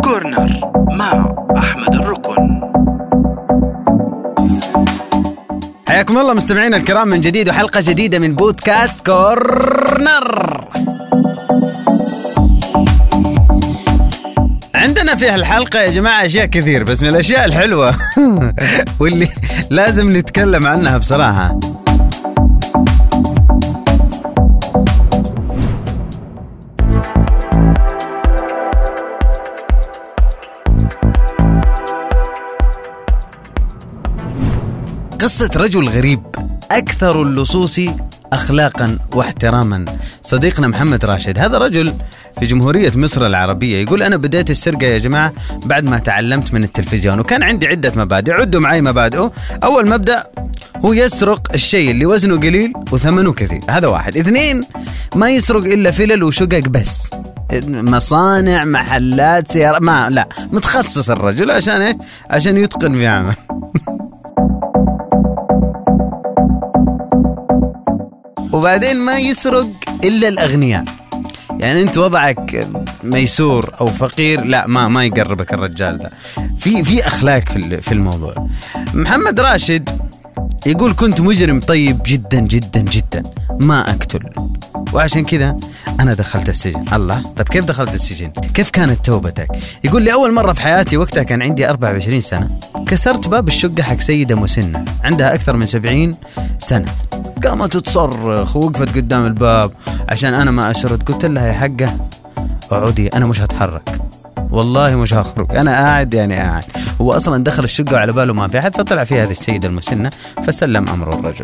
كورنر مع أحمد الركن. حياكم الله مستمعينا الكرام من جديد وحلقة جديدة من بودكاست كورنر. عندنا في هالحلقة يا جماعة أشياء كثير، بس من الأشياء الحلوة واللي لازم نتكلم عنها بصراحة. قصة رجل غريب أكثر اللصوص أخلاقا واحتراما، صديقنا محمد راشد. هذا رجل في جمهورية مصر العربية يقول: أنا بديت السرقة يا جماعة بعد ما تعلمت من التلفزيون، وكان عندي عدة مبادئ. عدوا معي مبادئه. أول مبدأ هو يسرق الشيء اللي وزنه قليل وثمنه كثير، هذا واحد. 2، ما يسرق إلا فلل وشقق بس، مصانع، محلات، سيارة، لا متخصص الرجل عشان إيه؟ عشان يتقن في عمل. وبعدين ما يسرق إلا الأغنياء، يعني أنت وضعك ميسور أو فقير، لا ما يقربك الرجال ده. في أخلاق في الموضوع. محمد راشد يقول: كنت مجرم طيب جدا جدا جدا، ما أقتل، وعشان كذا أنا دخلت السجن. الله، طب كيف دخلت السجن؟ كيف كانت توبتك؟ يقول: لي أول مرة في حياتي وقتها كان عندي 24 سنة، كسرت باب الشقة حق سيدة مسنة عندها أكثر من 70 سنة، قامت تصرخ ووقفت قدام الباب عشان أنا ما أشرد. قلت لها: يا حقة اقعدي، أنا مش هتحرك، والله مش هخرج، أنا قاعد. هو أصلا دخل الشقة وعلى باله ما في أحد، فطلع فيها هذه السيدة المسنة فسلم أمر الرجل.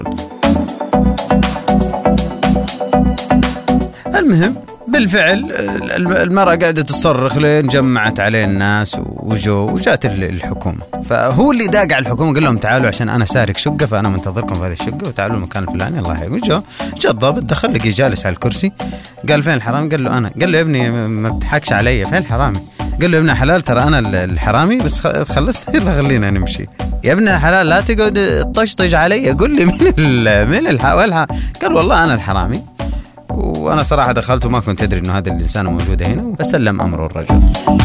المهم بالفعل المرأة قاعدة تصرخ لين جمعت عليه الناس وجات الحكومة. فهو اللي داق على الحكومة، قال لهم: تعالوا عشان أنا سارق شقة، فأنا منتظركم في هذه الشقة، وتعالوا المكان الفلاني. الله يحييكم. جاء الضابط، دخل لقي جالس على الكرسي. قال: فين الحرامي؟ قال له: أنا. قال له: يا ابني ما تضحكش علي، فين الحرامي؟ قال له: يا ابن حلال ترى أنا الحرامي، بس خلصني، يلا خلينا نمشي. يا ابن حلال لا تقعد تطشطش علي، قل لي مين الحرامي؟ قال: والله أنا الحرامي، وأنا صراحة دخلت وما كنت أدري إنه هذا الإنسان موجود هنا، فسلم أمر الرجل.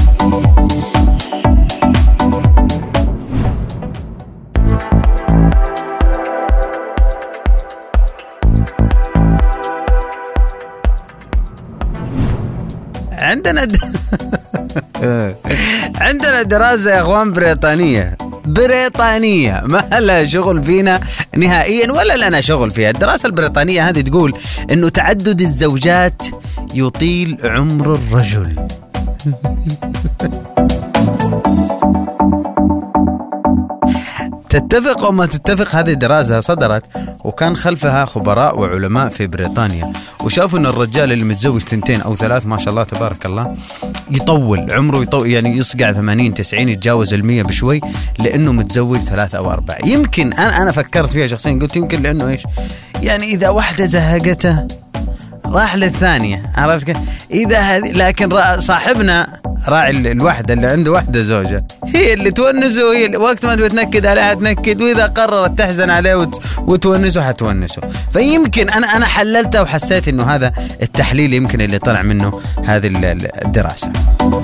عندنا دراسة يا أخوان بريطانية ما لها شغل فينا نهائيا ولا لنا شغل فيها. الدراسة البريطانية هذه تقول إنه تعدد الزوجات يطيل عمر الرجل. تتفق أو ما تتفق، هذه دراسة صدرت وكان خلفها خبراء وعلماء في بريطانيا، وشافوا أن الرجال اللي متزوج 2 أو 3 ما شاء الله تبارك الله يطول عمره، يعني يصقع 80-90، يتجاوز 100 بشوي، لأنه متزوج 3 أو 4. يمكن أنا فكرت فيها شخصيا، قلت يمكن لأنه إيش، يعني إذا واحدة زهقته راح للثانية، عرفت كيف؟ إذا هذه، لكن صاحبنا راعي الوحدة اللي عنده واحدة زوجة، هي اللي تونسه، هي اللي وقت ما تنكد عليها تنكد، وإذا قررت تحزن عليه وتونسه حتونسه. فيمكن أنا حللتها وحسيت إنه هذا التحليل يمكن اللي طلع منه هذه الدراسة.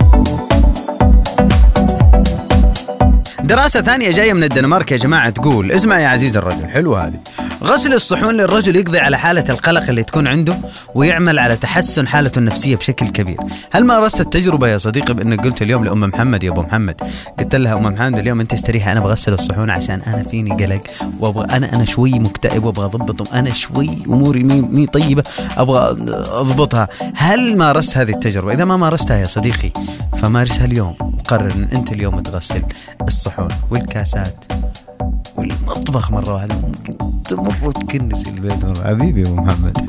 دراسة ثانية جاية من الدنمارك يا جماعة تقول: اسمع يا عزيز الرجل، حلوة هذه، غسل الصحون للرجل يقضي على حالة القلق اللي تكون عنده ويعمل على تحسن حالته النفسية بشكل كبير. هل ما رست التجربة يا صديقي بأنك قلت اليوم لأم محمد: يا أبو محمد، قلت لها: أم محمد اليوم أنت استريحي، أنا بغسل الصحون عشان أنا فيني قلق، وأبغى أنا شوي مكتئب وأبغى أضبطهم، أنا شوي أموري مي طيبة أبغى أضبطها. هل ما رست هذه التجربة؟ إذا ما مارستها يا صديقي فمارسها اليوم. قرر أن أنت اليوم تغسل الصحون والكاسات والمطبخ مرة واحدة، تمر وتكنس البيت مرة. حبيبي يا أبو محمد.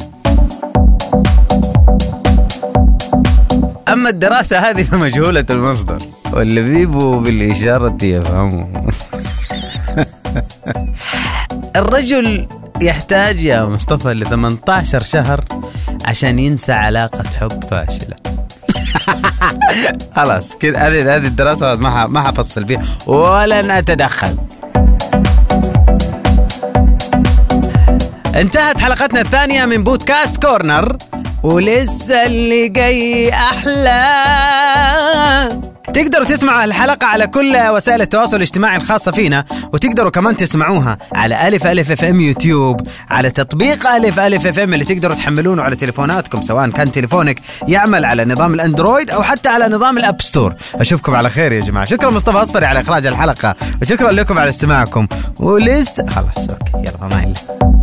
أما الدراسة هذه فمجهولة المصدر، واللي بيبوا بالإشارة يفهموا. الرجل يحتاج يا مصطفى ل 18 شهر عشان ينسى علاقة حب فاشلة. خلاص كده، هذه الدراسة ما حفصل بيها ولا نتدخل. انتهت حلقتنا الثانية من بودكاست كورنر، ولسه اللي جاي أحلى. تقدروا تسمعوا الحلقة على كل وسائل التواصل الاجتماعي الخاصة فينا، وتقدروا كمان تسمعوها على ألف اف ام يوتيوب، على تطبيق ألف اف ام اللي تقدروا تحملونه على تليفوناتكم، سواء كان تليفونك يعمل على نظام الأندرويد أو حتى على نظام الأب ستور. أشوفكم على خير يا جماعة. شكرا مصطفى أصفري على إخراج الحلقة، وشكرا لكم على استماعكم. ولسه خلاص أوكي، يلا ما إلا